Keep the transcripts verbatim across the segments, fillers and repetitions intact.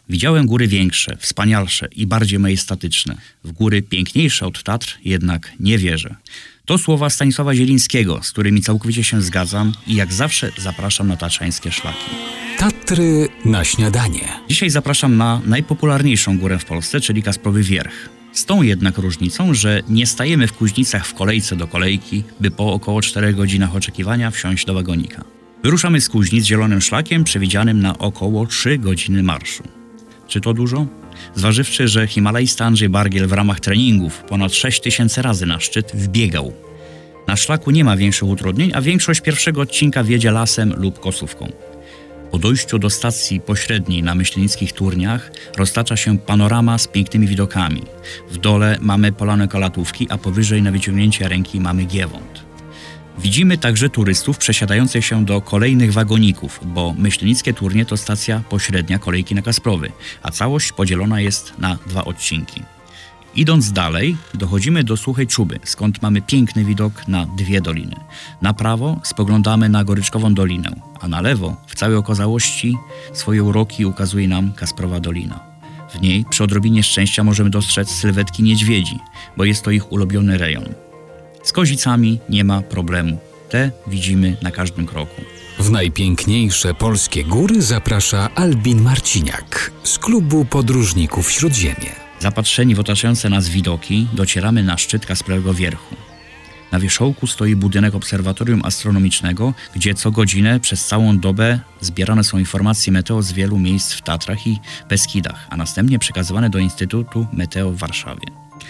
Widziałem góry większe, wspanialsze i bardziej majestatyczne. W góry piękniejsze od Tatr jednak nie wierzę. To słowa Stanisława Zielińskiego, z którymi całkowicie się zgadzam i jak zawsze zapraszam na tatrzańskie szlaki. Tatry na śniadanie. Dzisiaj zapraszam na najpopularniejszą górę w Polsce, czyli Kasprowy Wierch. Z tą jednak różnicą, że nie stajemy w Kuźnicach w kolejce do kolejki, by po około czterech godzinach oczekiwania wsiąść do wagonika. Wyruszamy z Kuźnic zielonym szlakiem przewidzianym na około trzy godziny marszu. Czy to dużo? Zważywszy, że himalajsta Andrzej Bargiel w ramach treningów ponad sześć tysięcy razy na szczyt wbiegał. Na szlaku nie ma większych utrudnień, a większość pierwszego odcinka wiedzie lasem lub kosówką. Po dojściu do stacji pośredniej na Myślenickich Turniach roztacza się panorama z pięknymi widokami. W dole mamy polanę Kalatówki, a powyżej na wyciągnięcie ręki mamy Giewont. Widzimy także turystów przesiadających się do kolejnych wagoników, bo Myślenickie Turnie to stacja pośrednia kolejki na Kasprowy, a całość podzielona jest na dwa odcinki. Idąc dalej, dochodzimy do Suchej Czuby, skąd mamy piękny widok na dwie doliny. Na prawo spoglądamy na Goryczkową Dolinę, a na lewo, w całej okazałości, swoje uroki ukazuje nam Kasprowa Dolina. W niej, przy odrobinie szczęścia, możemy dostrzec sylwetki niedźwiedzi, bo jest to ich ulubiony rejon. Z Kozicami nie ma problemu. Te widzimy na każdym kroku. W najpiękniejsze polskie góry zaprasza Albin Marciniak z klubu podróżników Śródziemie. Zapatrzeni w otaczające nas widoki, docieramy na szczyt Kasprowego Wierchu. Na wierzchołku stoi budynek obserwatorium astronomicznego, gdzie co godzinę przez całą dobę zbierane są informacje meteo z wielu miejsc w Tatrach i Beskidach, a następnie przekazywane do Instytutu Meteo w Warszawie.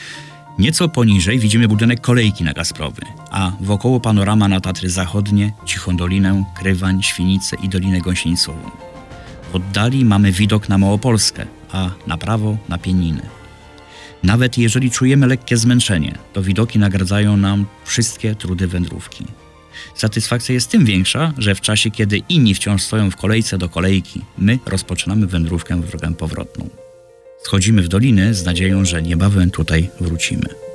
Nieco poniżej widzimy budynek kolejki na Kasprowy, a wokoło panorama na Tatry Zachodnie, Cichą Dolinę, Krywań, Świnice i Dolinę Gąsienicową. W oddali mamy widok na Małopolskę, a na prawo na Pieniny. Nawet jeżeli czujemy lekkie zmęczenie, to widoki nagradzają nam wszystkie trudy wędrówki. Satysfakcja jest tym większa, że w czasie, kiedy inni wciąż stoją w kolejce do kolejki, my rozpoczynamy wędrówkę w drogę powrotną. Schodzimy w doliny z nadzieją, że niebawem tutaj wrócimy.